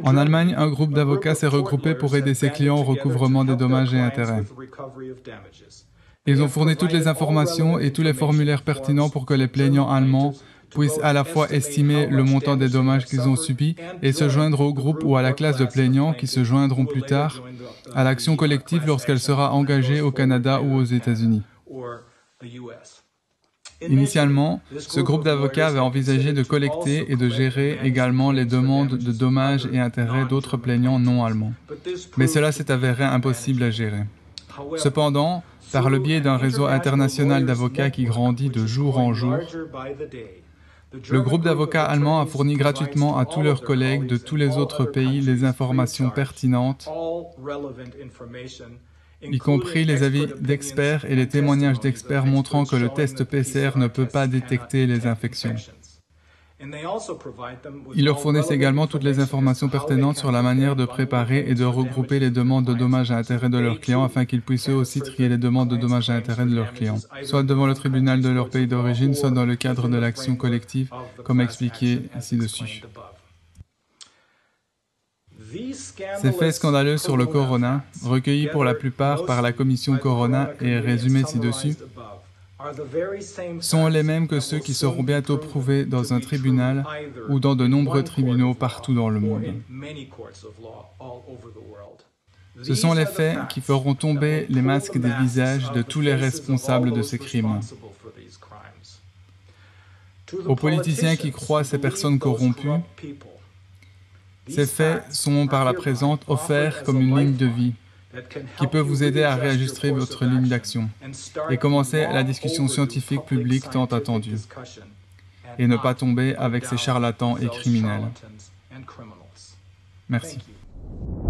En Allemagne, un groupe d'avocats s'est regroupé pour aider ses clients au recouvrement des dommages et intérêts. Ils ont fourni toutes les informations et tous les formulaires pertinents pour que les plaignants allemands puissent à la fois estimer le montant des dommages qu'ils ont subis et se joindre au groupe ou à la classe de plaignants qui se joindront plus tard à l'action collective lorsqu'elle sera engagée au Canada ou aux États-Unis. Initialement, ce groupe d'avocats avait envisagé de collecter et de gérer également les demandes de dommages et intérêts d'autres plaignants non allemands. Mais cela s'est avéré impossible à gérer. Cependant, par le biais d'un réseau international d'avocats qui grandit de jour en jour, le groupe d'avocats allemands a fourni gratuitement à tous leurs collègues de tous les autres pays les informations pertinentes, y compris les avis d'experts et les témoignages d'experts montrant que le test PCR ne peut pas détecter les infections. Ils leur fournissent également toutes les informations pertinentes sur la manière de préparer et de regrouper les demandes de dommages à intérêts de leurs clients afin qu'ils puissent eux aussi trier les demandes de dommages à intérêts de leurs clients, soit devant le tribunal de leur pays d'origine, soit dans le cadre de l'action collective, comme expliqué ci-dessus. Ces faits scandaleux sur le corona, recueillis pour la plupart par la commission Corona et résumés ci-dessus, sont les mêmes que ceux qui seront bientôt prouvés dans un tribunal ou dans de nombreux tribunaux partout dans le monde. Ce sont les faits qui feront tomber les masques des visages de tous les responsables de ces crimes. Aux politiciens qui croient ces personnes corrompues, ces faits sont par la présente offerts comme une ligne de vie qui peut vous aider à réajuster votre ligne d'action et commencer la discussion scientifique publique tant attendue, et ne pas tomber avec ces charlatans et criminels. Merci.